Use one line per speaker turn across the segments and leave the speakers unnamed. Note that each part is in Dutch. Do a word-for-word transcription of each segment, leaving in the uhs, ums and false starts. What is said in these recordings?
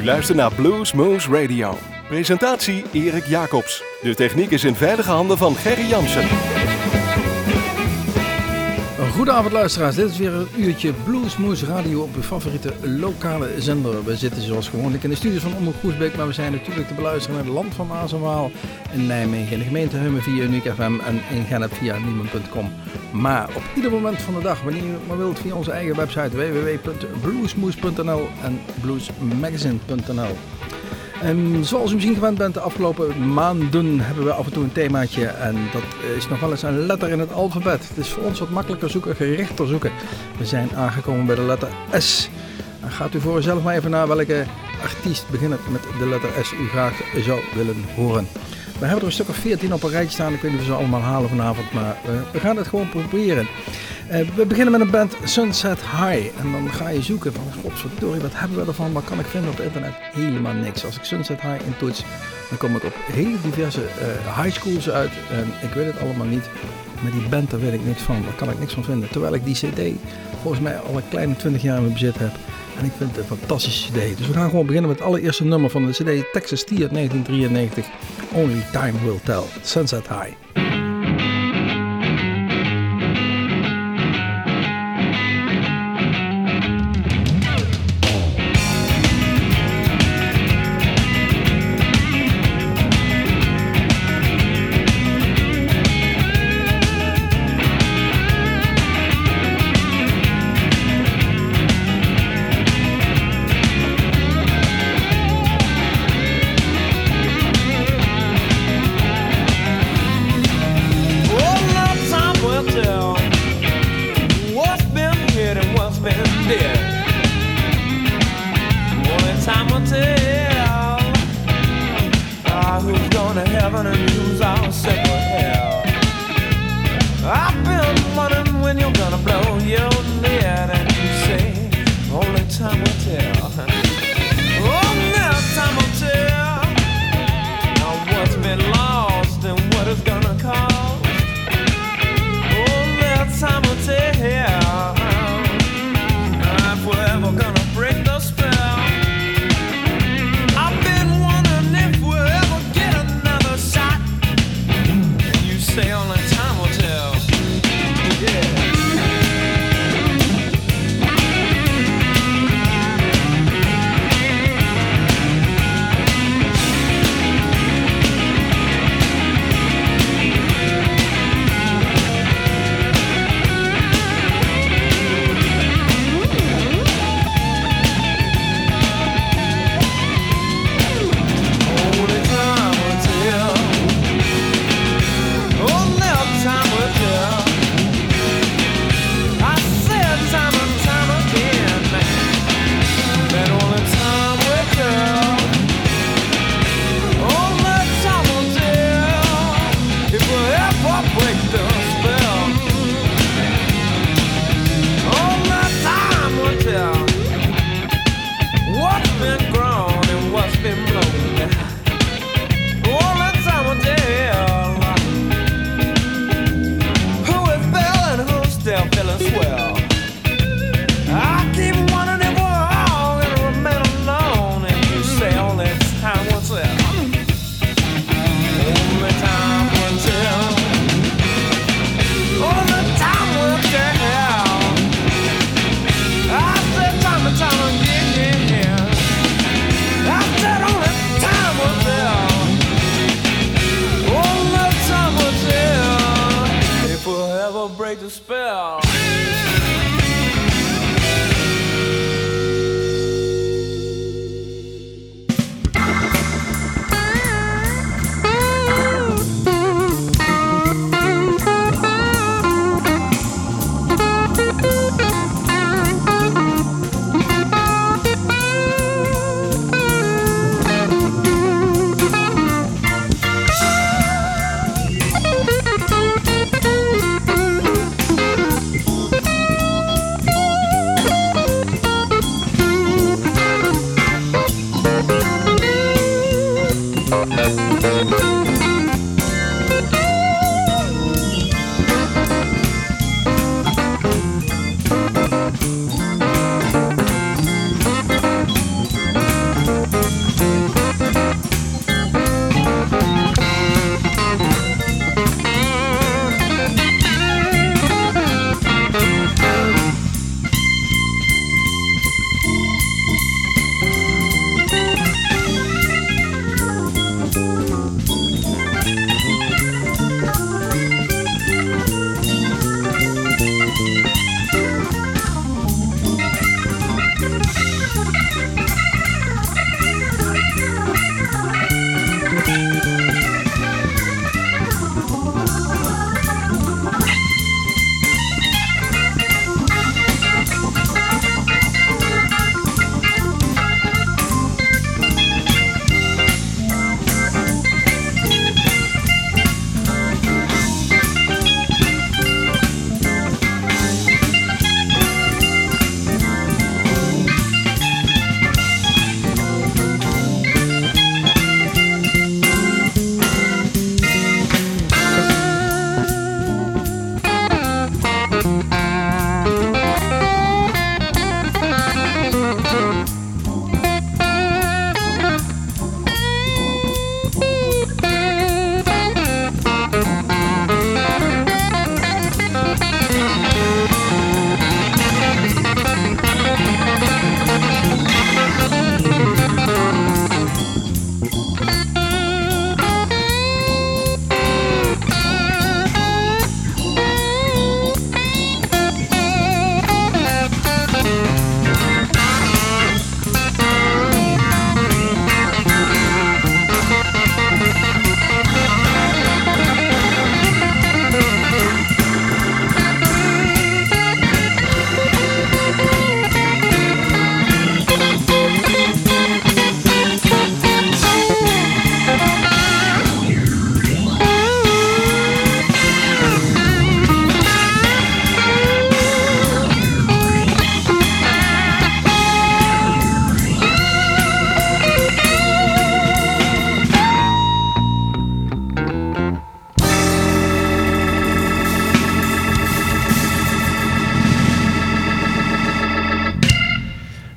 luistert naar Blues Moose Radio. Presentatie Erik Jacobs. De techniek is in veilige handen van Gerry Jansen.
Goedenavond luisteraars, dit is weer een uurtje Blues Moose Radio op uw favoriete lokale zender. We zitten zoals gewoonlijk in de studios van Omroep Groesbeek, maar we zijn natuurlijk te beluisteren naar het land van Maas en Waal in Nijmegen, in de gemeente Hummen via Uniek F M en in Gennep via Niemen punt com. Maar op ieder moment van de dag, wanneer je maar wilt, via onze eigen website w w w punt bluesmoose punt n l en bluesmagazine punt n l. Um, zoals u misschien gewend bent, de afgelopen maanden hebben we af en toe een themaatje en dat is nog wel eens een letter in het alfabet. Het is voor ons wat makkelijker zoeken, gerichter zoeken. We zijn aangekomen bij de letter S. En gaat u voor uzelf maar even naar welke artiest beginnend met de letter S u graag zou willen horen. We hebben er een stuk of veertien op een rijtje staan, ik weet niet of we ze allemaal halen vanavond, maar uh, we gaan het gewoon proberen. Uh, we beginnen met een band Sunset High en dan ga je zoeken van godverdorie, wat hebben we ervan, wat kan ik vinden op het internet? Helemaal niks. Als ik Sunset High intoets, dan kom ik op hele diverse uh, high schools uit en ik weet het allemaal niet, maar die band daar weet ik niks van, daar kan ik niks van vinden. Terwijl ik die cd volgens mij al een kleine twintig jaar in mijn bezit heb en ik vind het een fantastische cd. Dus we gaan gewoon beginnen met het allereerste nummer van de cd Texas Tea uit negentien drieënnegentig, Only Time Will Tell, Sunset High.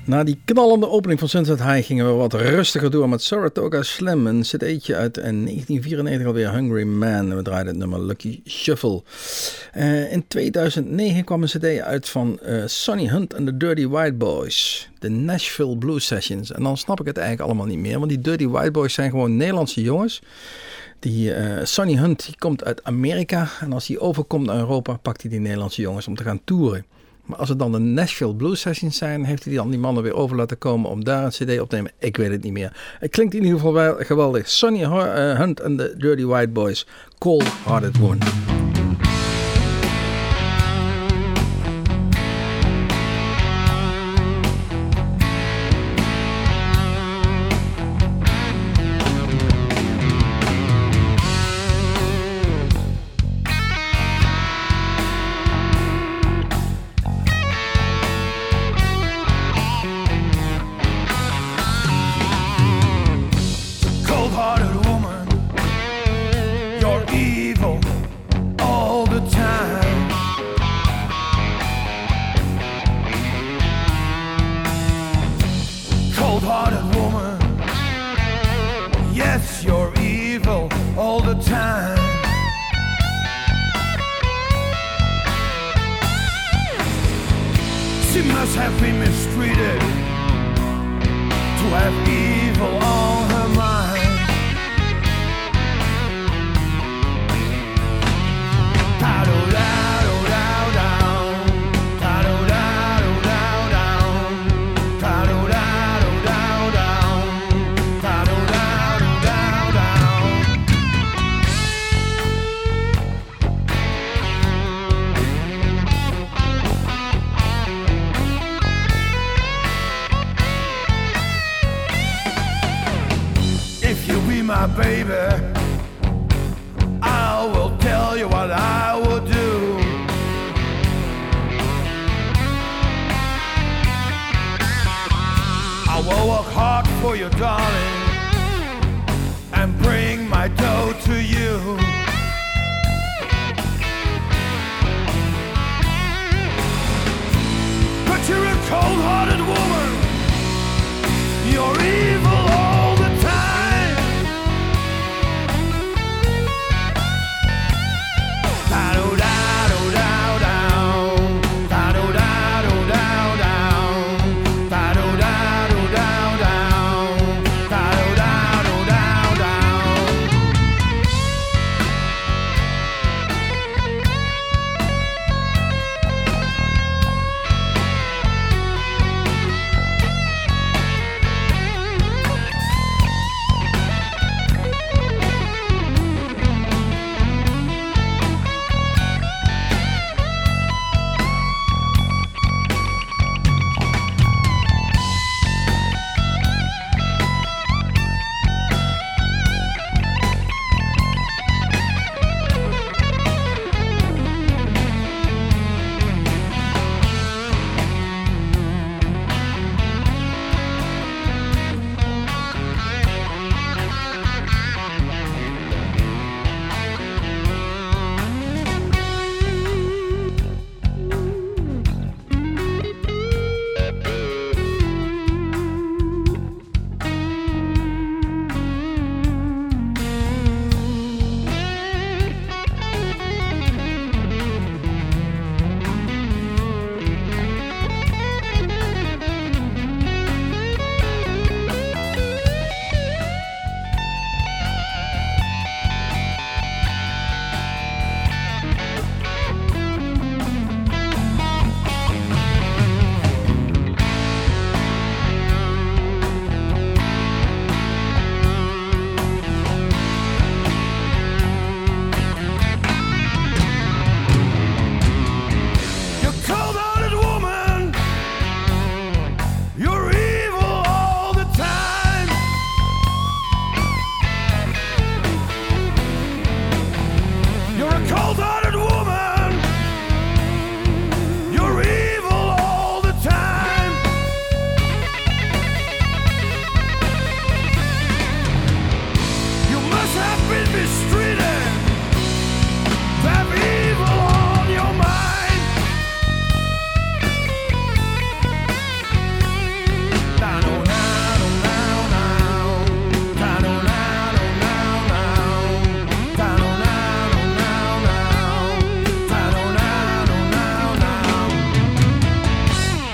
Na die knallende opening van Sunset High gingen we wat rustiger door met Saratoga Slim. Een cd'tje uit negentien vierennegentig alweer, Hungry Man. We draaiden het nummer Lucky Shuffle. Uh, in tweeduizend negen kwam een cd uit van uh, Sonny Hunt and the Dirty White Boys. De Nashville Blues Sessions. En dan snap ik het eigenlijk allemaal niet meer. Want die Dirty White Boys zijn gewoon Nederlandse jongens. Die uh, Sonny Hunt die komt uit Amerika. En als hij overkomt naar Europa, pakt hij die Nederlandse jongens om te gaan toeren. Maar als het dan de Nashville Blues Sessions zijn, heeft hij dan die mannen weer over laten komen om daar een cd op te nemen? Ik weet het niet meer. Het klinkt in ieder geval wel geweldig. Sonny Hunt and the Dirty White Boys, Cold Hearted Woman.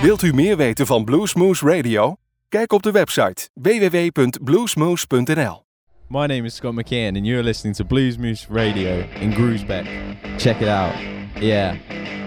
Wilt u meer weten van Bluesmoose Radio? Kijk op de website w w w punt bluesmoose punt n l.
My name is Scott McKeon and you're listening to Bluesmoose Radio in Groesbeck. Check it out. Yeah.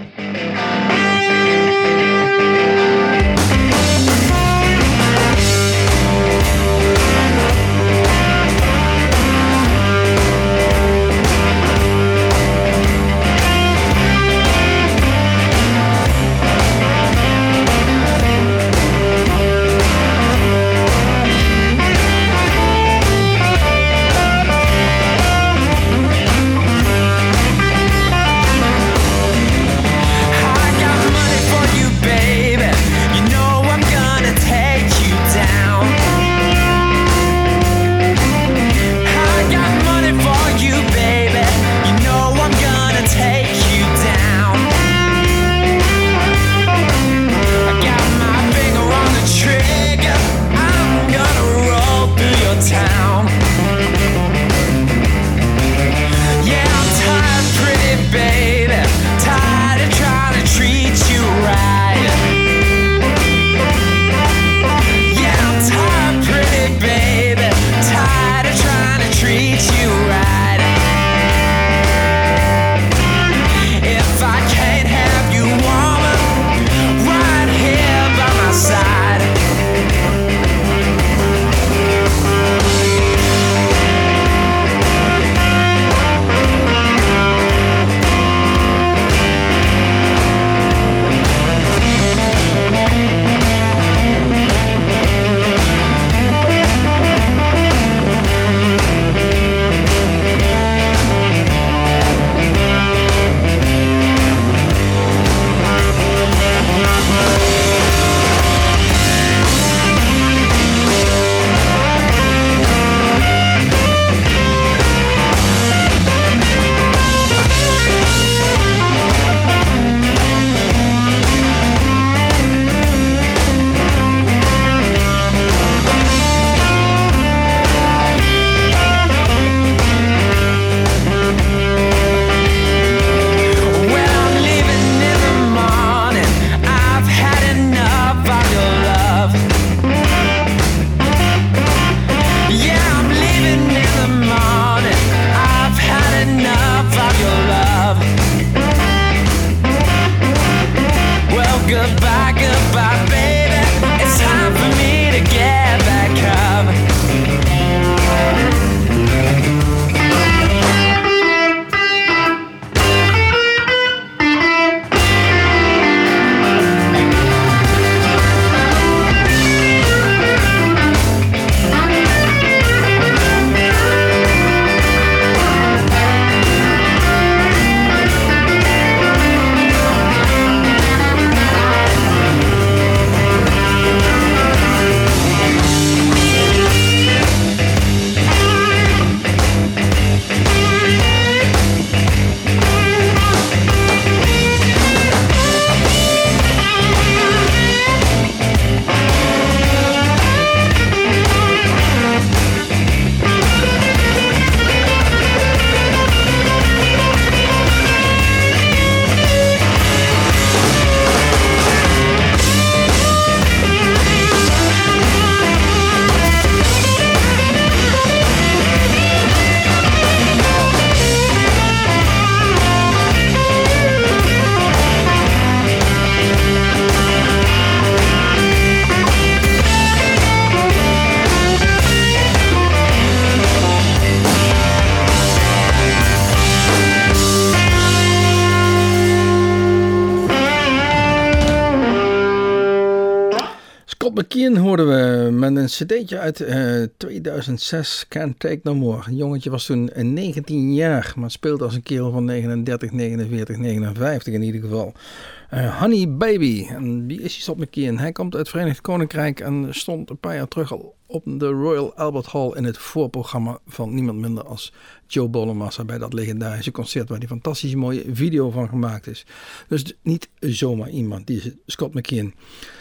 McKeon hoorden we met een cd'tje uit uh, tweeduizend zes, Can't Take No More. Een jongetje was toen negentien jaar, maar speelde als een kerel van negenendertig, negenenveertig, negenenvijftig in ieder geval. Uh, Honey Baby. En wie is die Scott McKeon? Hij komt uit het Verenigd Koninkrijk en stond een paar jaar terug al op de Royal Albert Hall in het voorprogramma van niemand minder als Joe Bonamassa bij dat legendarische concert waar die fantastisch mooie video van gemaakt is. Dus niet zomaar iemand, die is Scott McKeon.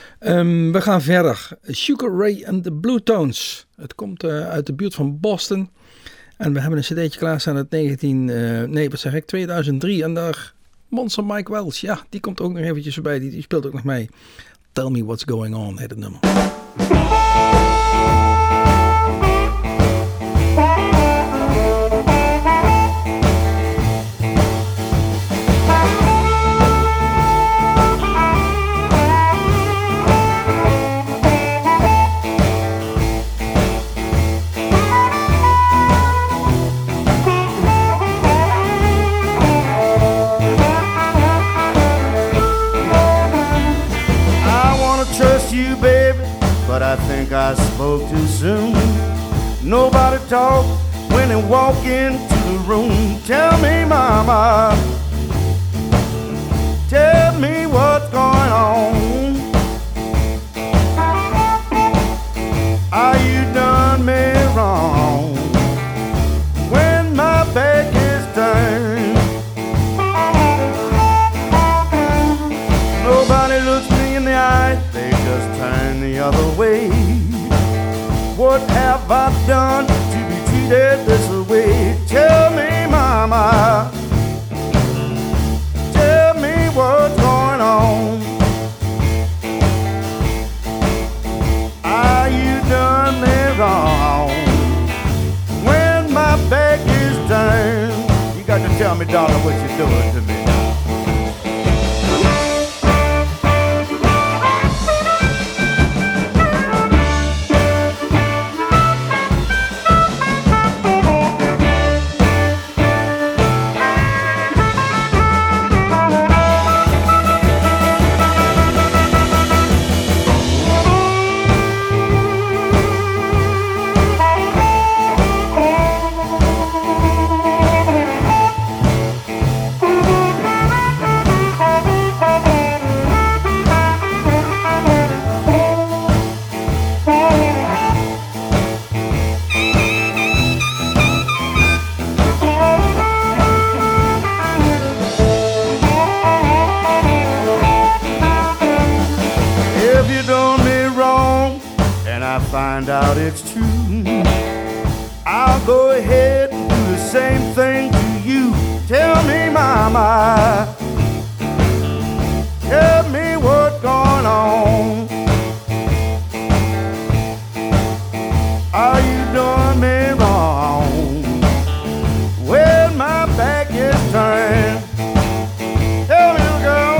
Um, we gaan verder. Sugar Ray and the Blue Tones. Het komt uh, uit de buurt van Boston. En we hebben een cd'tje klaarstaan uit negentien, uh, nee, wat zeg ik, tweeduizend drie. En daar Monster Mike Wells, ja, die komt ook nog eventjes voorbij. Die, die speelt ook nog mee. Tell Me What's Going On heet het nummer.
But I think I spoke too soon. Nobody talk when they walk into the room. Tell me, mama, tell me what's going on. Are you done me wrong when my back is turned? Nobody looks me in the eye, they just turn the other way. What have I done to be treated this way? Tell me, mama, tell me what's going on. Are you done me wrong when my back is turned? You got to tell me, darling, what you're doing to me. Find out it's true, I'll go ahead and do the same thing to you. Tell me, mama, tell me what's going on. Are you doing me wrong when my back is turned? Tell me, little girl.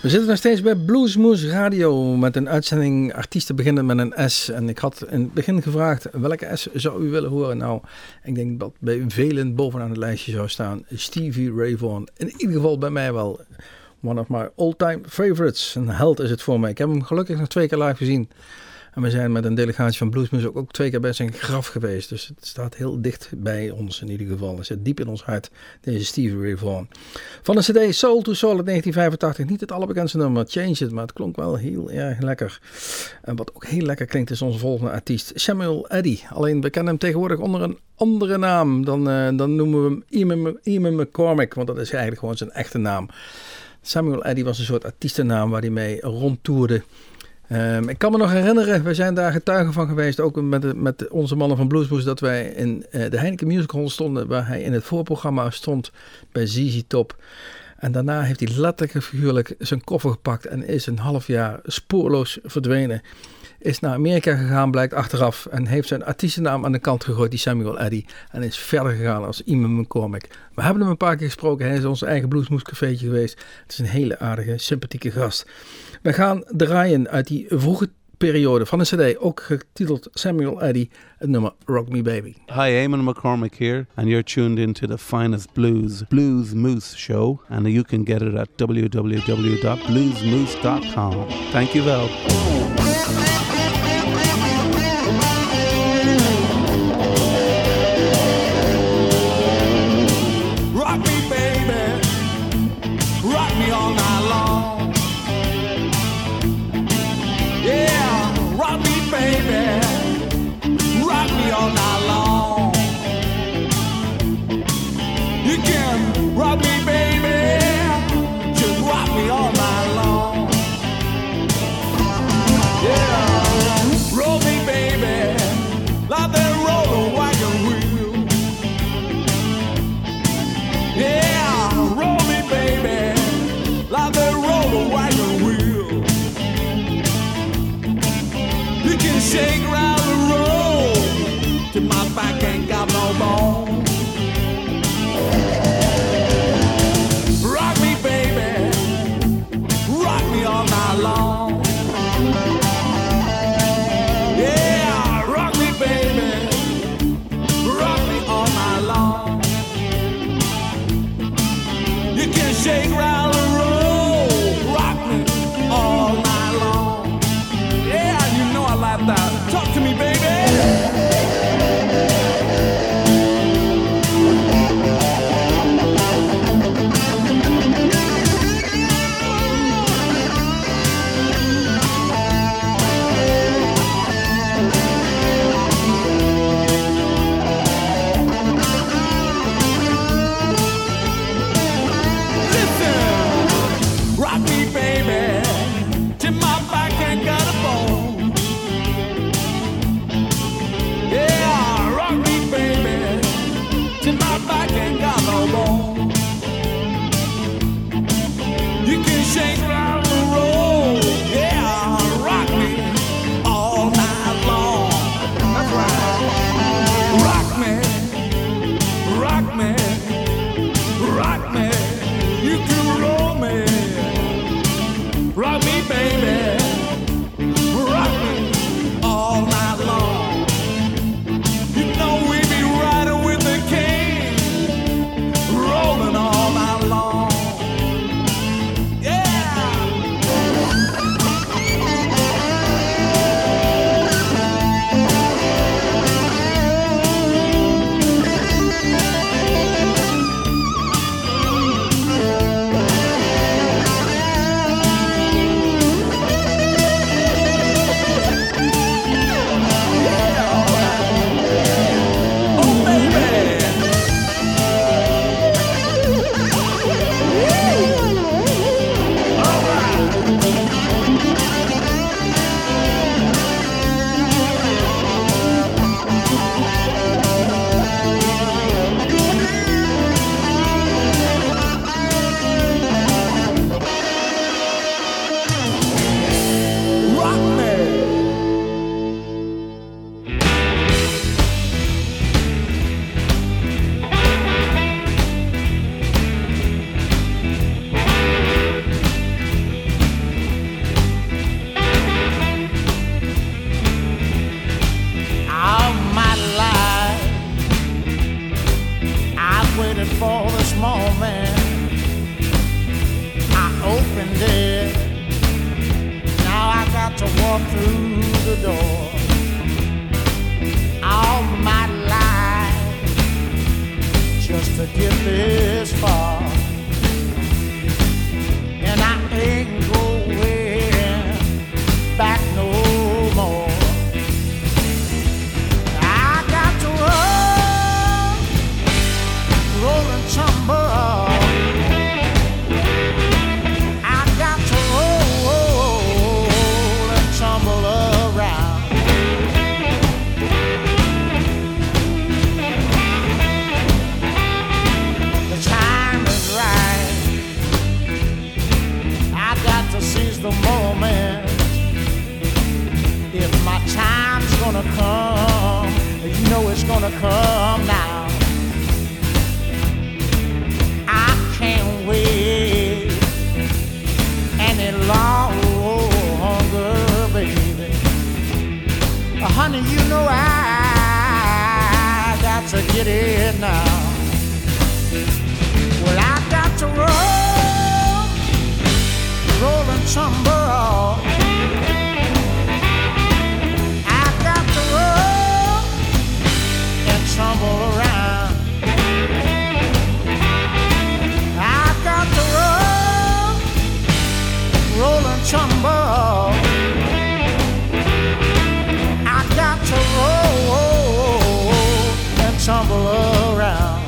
We zitten nog steeds bij Bluesmoose Radio met een uitzending artiesten beginnen met een S. En ik had in het begin gevraagd welke S zou u willen horen. Nou, ik denk dat bij velen bovenaan het lijstje zou staan Stevie Ray Vaughan. In ieder geval bij mij wel one of my all-time favorites. Een held is het voor mij. Ik heb hem gelukkig nog twee keer live gezien. En we zijn met een delegatie van Bluesmoose ook, ook twee keer bij zijn graf geweest. Dus het staat heel dicht bij ons in ieder geval. Het zit diep in ons hart, deze Stevie Ray Vaughan. Van de cd Soul to Soul uit negentien vijfentachtig. Niet het allerbekendste nummer, Change It, maar het klonk wel heel erg lekker. En wat ook heel lekker klinkt is onze volgende artiest, Samuel Eddy. Alleen we kennen hem tegenwoordig onder een andere naam. Dan, uh, dan noemen we hem Eamon, Eamon McCormick, want dat is eigenlijk gewoon zijn echte naam. Samuel Eddy was een soort artiestennaam waar hij mee rondtoerde. Um, ik kan me nog herinneren, we zijn daar getuigen van geweest, ook met, de, met onze mannen van Bluesmoose, dat wij in uh, de Heineken Music Hall stonden, waar hij in het voorprogramma stond bij Z Z Top. En daarna heeft hij letterlijk en figuurlijk zijn koffer gepakt en is een half jaar spoorloos verdwenen. Is naar Amerika gegaan, blijkt achteraf, en heeft zijn artiestennaam aan de kant gegooid, die Samuel Eddy, en is verder gegaan als Eamon McCormick. We hebben hem een paar keer gesproken, hij is ons eigen Bluesmoose cafeetje geweest. Het is een hele aardige, sympathieke gast. We gaan draaien uit die vroege periode van een cd, ook getiteld Samuel Eddy, het nummer Rock Me Baby.
Hi, Eamon McCormick here, and you're tuned into the finest blues, Bluesmoose show, and you can get it at w w w dot bluesmoose dot com. Thank you well.
Rock me, baby, rock me all night long. Yeah, rock me, baby, rock me all night long. You can rock me, baby, just rock me all night long. Yeah, roll me, baby, like that roller wagon wheel. Yeah, roll me, baby, like that roller wagon wheel. You can shake round the road till my back ain't got no bone. Rock me, baby, rock me all night long. Yeah, rock me, baby, rock me all night long. You can shake round the road, rock me all night long. Yeah, you know I like that. Talk to me, baby. Rock me, baby, till my back ain't got a bone. Yeah, rock me, baby, till my back ain't got no bone. You can shake around the road, yeah, rock me all night long. That's right. Rock me, rock me, rock me. You can roll me. Rock me, baby, rock me all night long. You know we be riding with the king,
waited for this moment. I opened it. Now I got to walk through the door. All my life just to get this far. And I ain't going back no more. I got to roll, roll and tumble. I got to roll and tumble around. The time is right. I got to seize the moment. If my time's gonna come, you know it's gonna come now. I can't wait any longer, baby. Uh, honey, you know I got to get it now. Well, I got to roll, roll and tumble. Tumble around. I've got to roll, roll and tumble. I've got to roll and tumble around.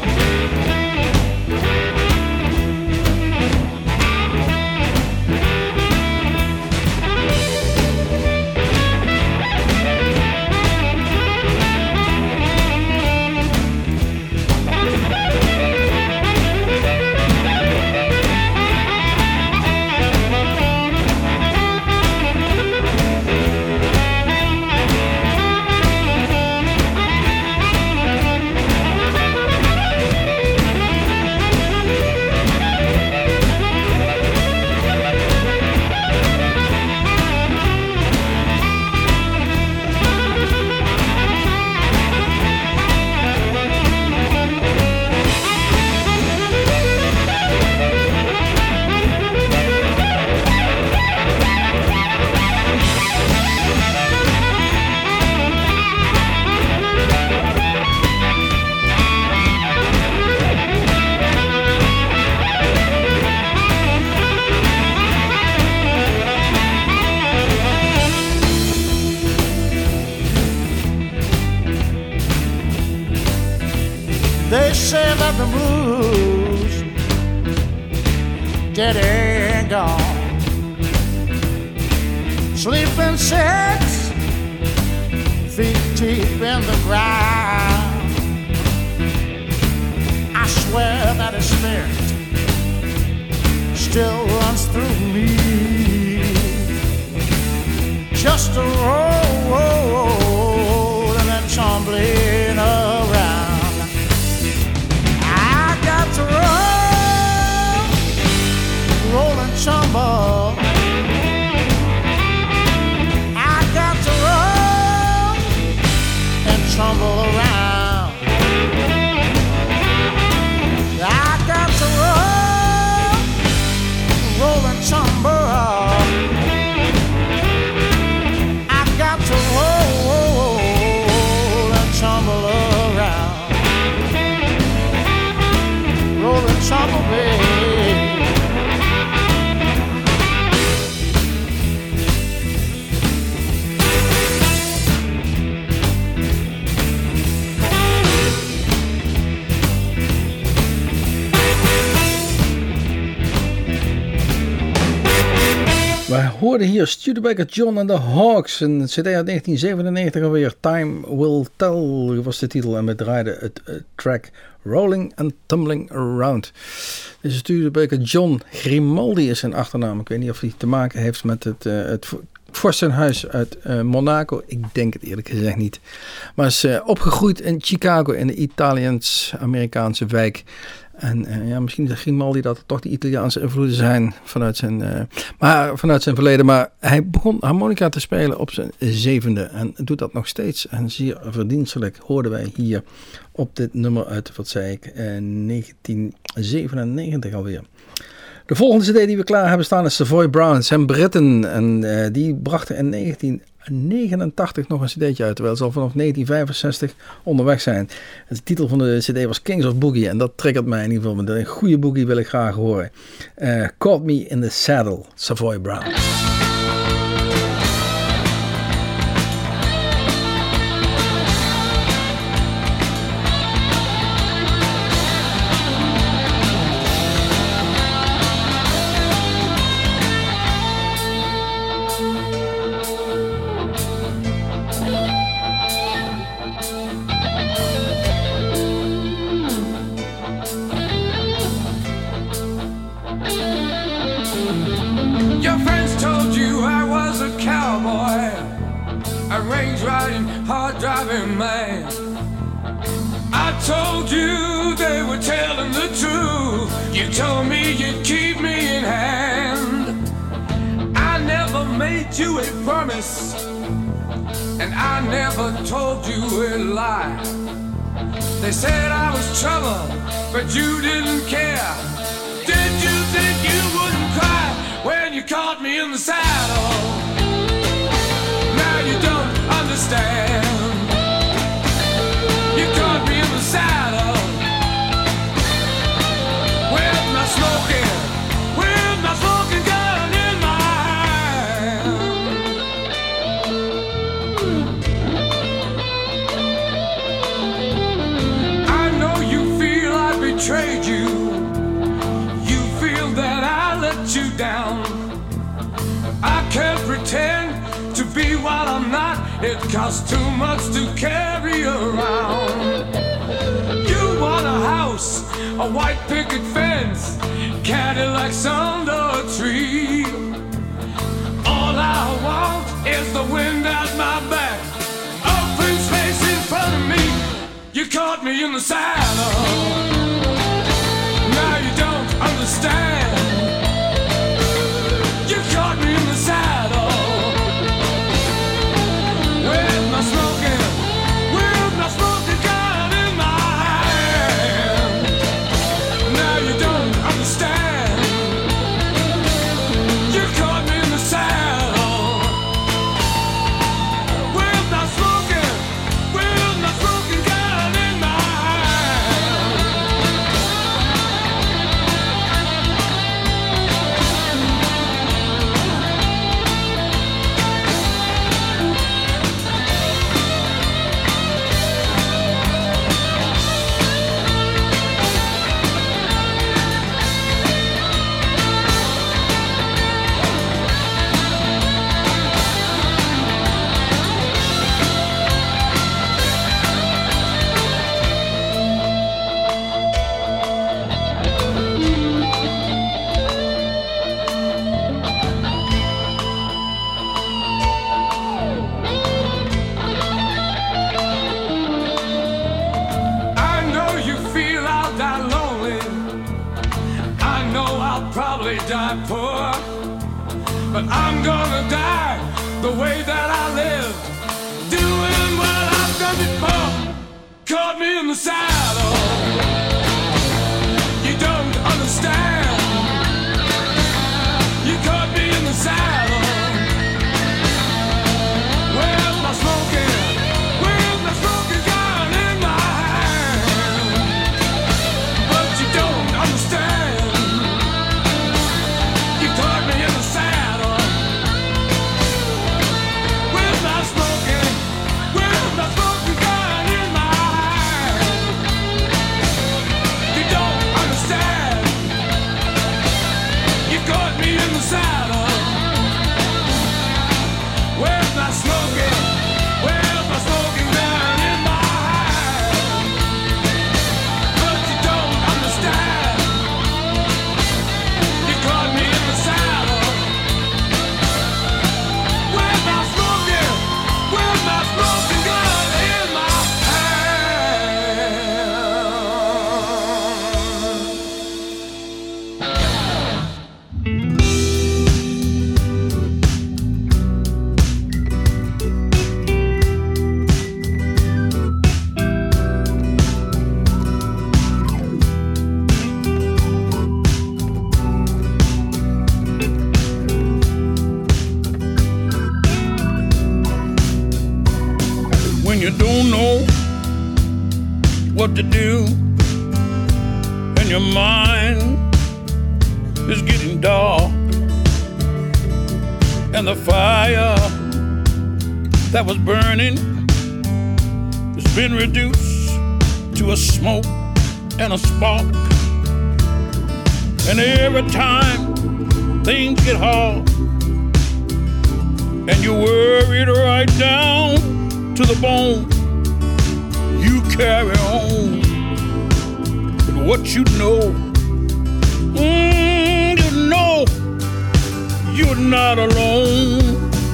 They say that the blues dead and gone. Sleeping six feet deep in the ground. I swear that his spirit still runs through me. Just a roll, roll and then tumbling around. To roll, roll and tumble. I got to roll and tumble around. I got to roll, roll and tumble. I got to roll and tumble around. Roll and tumble, baby.
Wij hoorden hier Studebaker John and the Hawks, een cd uit negentien zevenennegentig alweer. Time Will Tell was de titel en we draaiden het uh, track Rolling and Tumbling Around. Deze Studebaker John Grimaldi is zijn achternaam. Ik weet niet of hij te maken heeft met het, uh, het vorstenhuis uit uh, Monaco. Ik denk het eerlijk gezegd niet. Maar is uh, opgegroeid in Chicago in de Italiaans-Amerikaanse wijk. En uh, ja, misschien zegt Grimaldi dat er toch die Italiaanse invloeden zijn vanuit zijn, uh, maar, vanuit zijn verleden. Maar hij begon harmonica te spelen op zijn zevende en doet dat nog steeds. En zeer verdienstelijk hoorden wij hier op dit nummer uit, wat zei ik, uh, negentien zevenennegentig alweer. De volgende cd die we klaar hebben staan is Savoy Brown. Het zijn Britten en uh, die brachten in negentien negenentachtig nog een cd'tje uit, terwijl ze al vanaf negentien vijfenzestig onderweg zijn. De titel van de cd was Kings of Boogie en dat triggert mij in ieder geval. Met een goede boogie wil ik graag horen. Uh, Caught Me in the Saddle, Savoy Brown.
Driving man, I told you they were telling the truth. You told me you'd keep me in hand. I never made you a promise, and I never told you a lie. They said I was trouble, but you didn't care. Did you think you wouldn't cry when you caught me in the saddle? Now you don't understand. You caught me in the saddle with my smoking, with my smoking gun in my hand. I know you feel I betrayed you. You feel that I let you down. I can't pretend to be what I'm not. It costs too much to carry around. You want a house, a white picket fence, Cadillacs under a tree. All I want is the wind at my back, open space in front of me. You caught me in the saddle. Now you don't understand. You caught me in the saddle. With my smoking, with my smoking gun in my hand. Now you don't understand. You caught me in the saddle. With my smoking, with my smoking gun in my die poor, but I'm gonna die the way that I live, doing what I've done before. Caught me in the saddle. You don't understand. You caught me in the saddle. With my smoking, with my smoking gun in my hand, but you don't understand. With my smoking gun in my hand.
what to do, and your mind is getting dark, and the fire that was burning has been reduced to a smoke and a spark. And every time things get hard and you're worried right down to the bone, you carry on with what you know. Mm, you know you're not alone.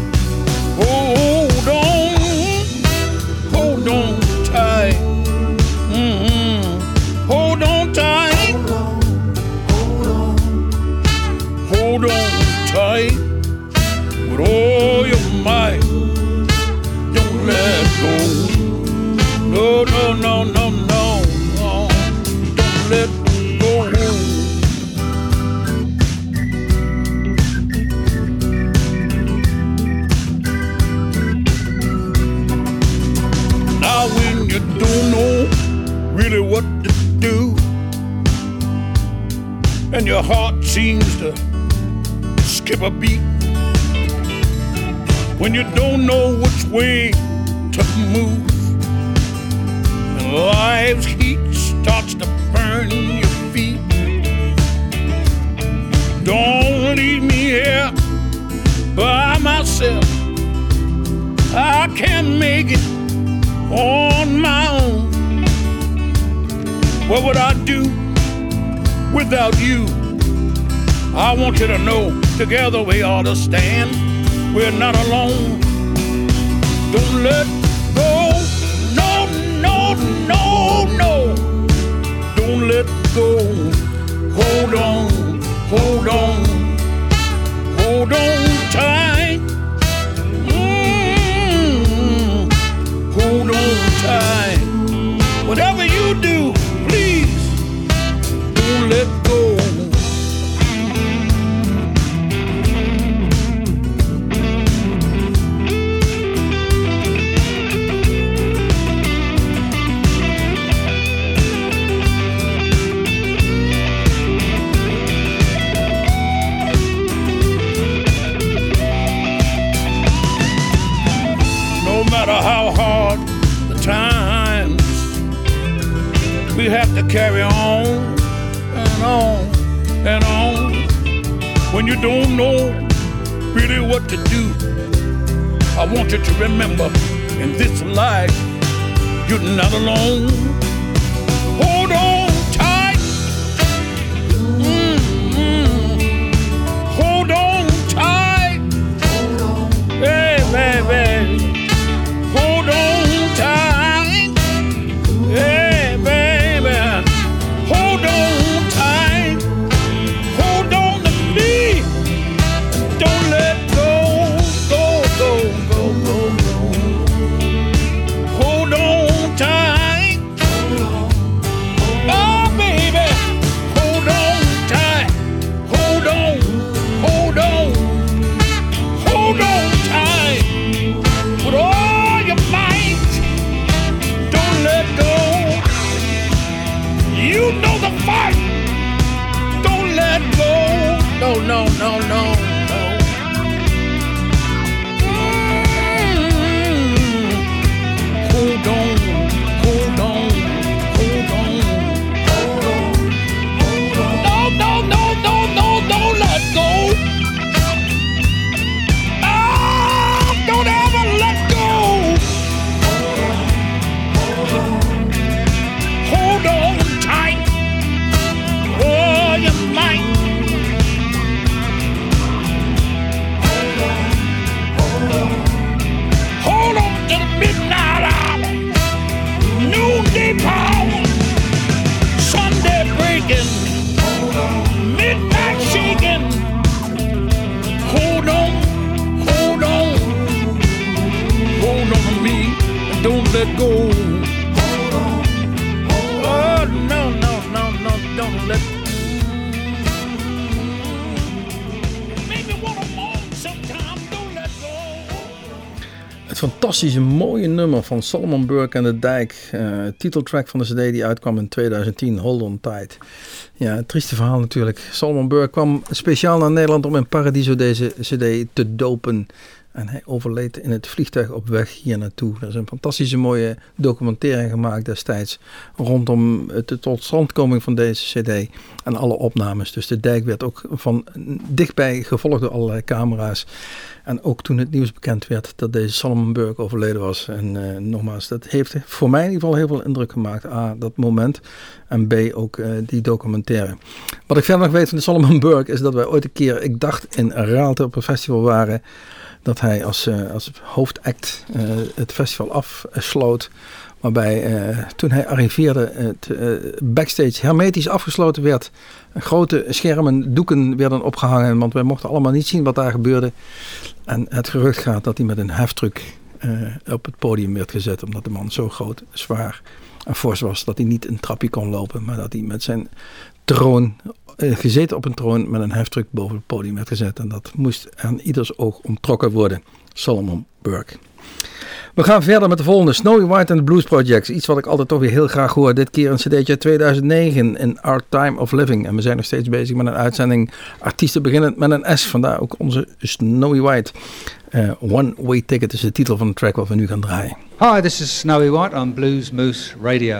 Hold on, hold on tight. Mm-hmm. Hold on tight. Hold on, hold on tight with all your might. Don't let go. No, no, no, no, no, no. Don't let go. Now when you don't know really what to do, and your heart seems to skip a beat, when you don't know which way to move, and life's heat starts to burn your feet, don't leave me here by myself. I can't make it on my own. What would I do without you? I want you to know, together we ought to stand. We're not alone. Don't let go. No, no, no, no. Don't let go. Hold on, hold on, hold on tight. Mm, hold on tight. Whatever you do, please don't let go. No matter how hard the times, we have to carry on and on and on. When you don't know really what to do, I want you to remember, in this life, you're not alone. Hold on tight. Mm-hmm. Hold on tight. Hey, baby. Hold on tight. Hey, baby. Hold on tight. Hold on to me. Don't let go. Go, go, go, go, go. Hold on tight. Oh, baby. Hold on tight. Hold on. Hold on. Hold on tight. With all your might. Don't let go. You know the fight. Don't let go. No, no, no, no, no. Mm. Hold on, hold on, hold on, hold on, hold on. No, no, no, no, no, don't let go. Ah, don't ever let go. Hold on tight. Oh, you might.
Het fantastische mooie nummer van Solomon Burke en de Dijk. Uh, titeltrack van de cd die uitkwam in tweeduizend tien, Hold On Tight. Ja, het trieste verhaal natuurlijk. Solomon Burke kwam speciaal naar Nederland om in Paradiso deze cd te dopen. En hij overleed in het vliegtuig op weg hier naartoe. Er is een fantastische mooie documentaire gemaakt destijds rondom de totstandkoming van deze cd en alle opnames. Dus de Dijk werd ook van dichtbij gevolgd door allerlei camera's. En ook toen het nieuws bekend werd dat deze Solomon Burke overleden was. En uh, nogmaals, dat heeft voor mij in ieder geval heel veel indruk gemaakt. A, dat moment. En B, ook uh, die documentaire. Wat ik verder nog weet van de Solomon Burke is dat wij ooit een keer, ik dacht in Raalte op een festival waren, dat hij als, uh, als hoofdact uh, het festival afsloot. Waarbij uh, toen hij arriveerde het uh, backstage hermetisch afgesloten werd. Grote schermen, doeken werden opgehangen. Want wij mochten allemaal niet zien wat daar gebeurde. En het gerucht gaat dat hij met een heftruck uh, op het podium werd gezet. Omdat de man zo groot, zwaar en fors was. Dat hij niet een trapje kon lopen. Maar dat hij met zijn troon, uh, gezeten op een troon, met een heftruck boven het podium werd gezet. En dat moest aan ieders oog onttrokken worden. Solomon Burke. We gaan verder met de volgende. Snowy White and the Blues Project. Iets wat ik altijd toch weer heel graag hoor. Dit keer een cd'tje tweeduizend negen in Our Time of Living. En we zijn nog steeds bezig met een uitzending. Artiesten beginnen met een S. Vandaar ook onze Snowy White. Uh, One Way Ticket is de titel van de track wat we nu gaan draaien.
Hi, this is Snowy White on Blues Moose Radio.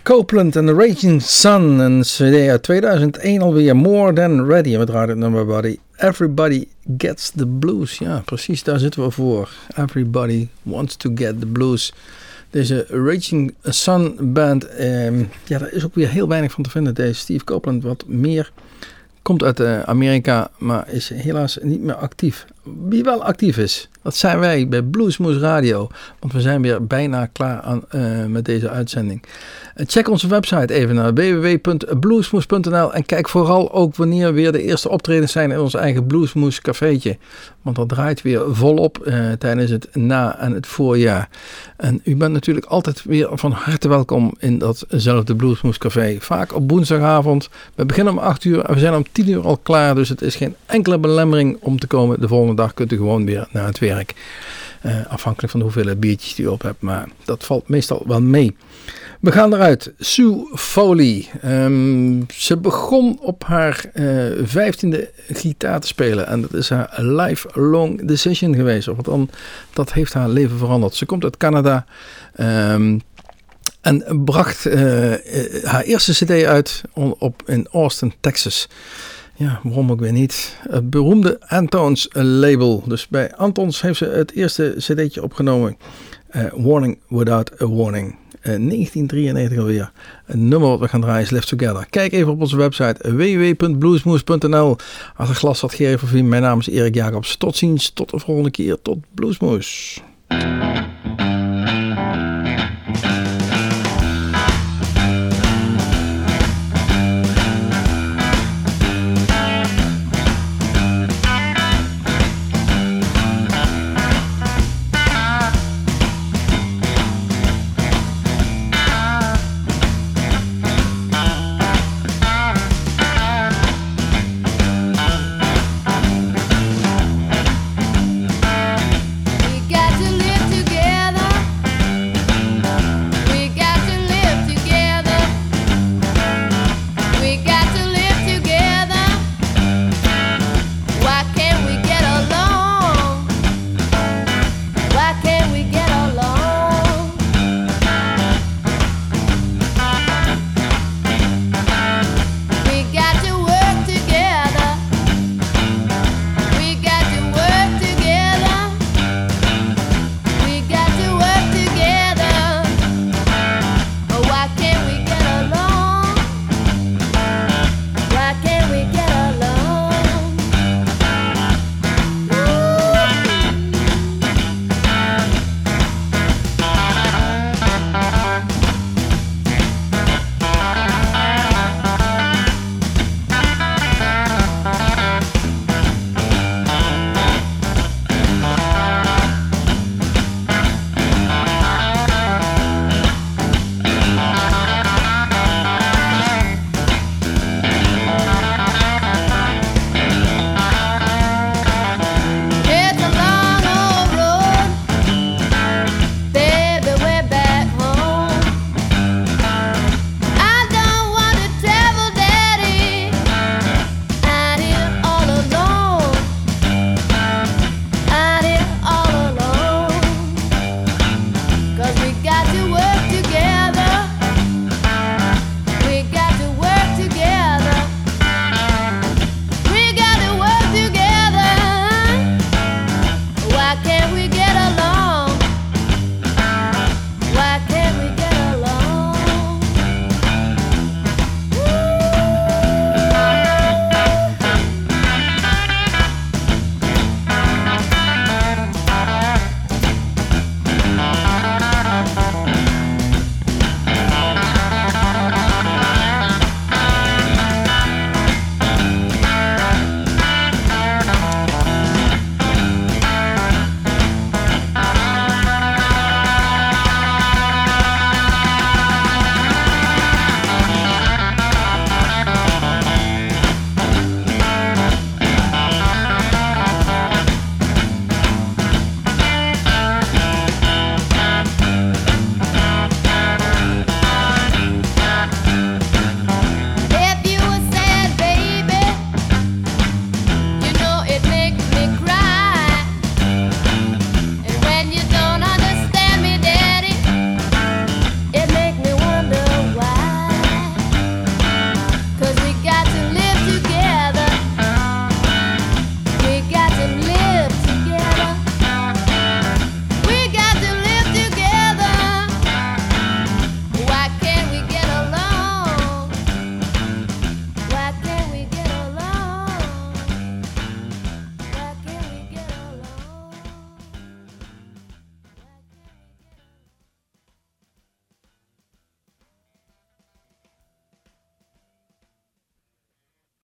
Copeland en The Raging Sun, een C D uit tweeduizend één alweer, More Than Ready. En we draaien het nummer Buddy. Everybody Gets the Blues. Ja, precies, daar zitten we voor. Everybody Wants to Get the Blues. Deze Raging Sun band, eh, ja, daar is ook weer heel weinig van te vinden. Deze Steve Copeland, wat meer, komt uit uh, Amerika, maar is helaas niet meer actief. Wie wel actief is, dat zijn wij bij Bluesmoose Radio. Want we zijn weer bijna klaar aan, uh, met deze uitzending. Uh, check onze website even naar w w w punt bluesmoose punt n l en kijk vooral ook wanneer weer de eerste optredens zijn in ons eigen Bluesmoose cafeetje. Want dat draait weer volop uh, tijdens het na- en het voorjaar. En u bent natuurlijk altijd weer van harte welkom in datzelfde Bluesmoose café. Vaak op woensdagavond. We beginnen om acht uur en we zijn om tien uur al klaar. Dus het is geen enkele belemmering om te komen. De volgende dag kunt u gewoon weer naar het werk. Uh, afhankelijk van de hoeveelheid biertjes die u op hebt. Maar dat valt meestal wel mee. We gaan eruit. Sue Foley. Um, ze begon op haar uh, vijftiende gitaar te spelen. En dat is haar lifelong decision geweest. Want dan, dat heeft haar leven veranderd. Ze komt uit Canada. Um, en bracht uh, haar eerste cd uit op, in Austin, Texas. Ja, waarom ook weer niet. Het beroemde Antone's label. Dus bij Antone's heeft ze het eerste cd'tje opgenomen. Uh, Warning Without a Warning. Uh, negentien drieënnegentig alweer. Een nummer wat we gaan draaien is Live Together. Kijk even op onze website w w w punt bluesmoose punt n l. Als een glas had Gerry van Vien. Mijn naam is Erik Jacobs. Tot ziens. Tot de volgende keer. Tot Bluesmoose.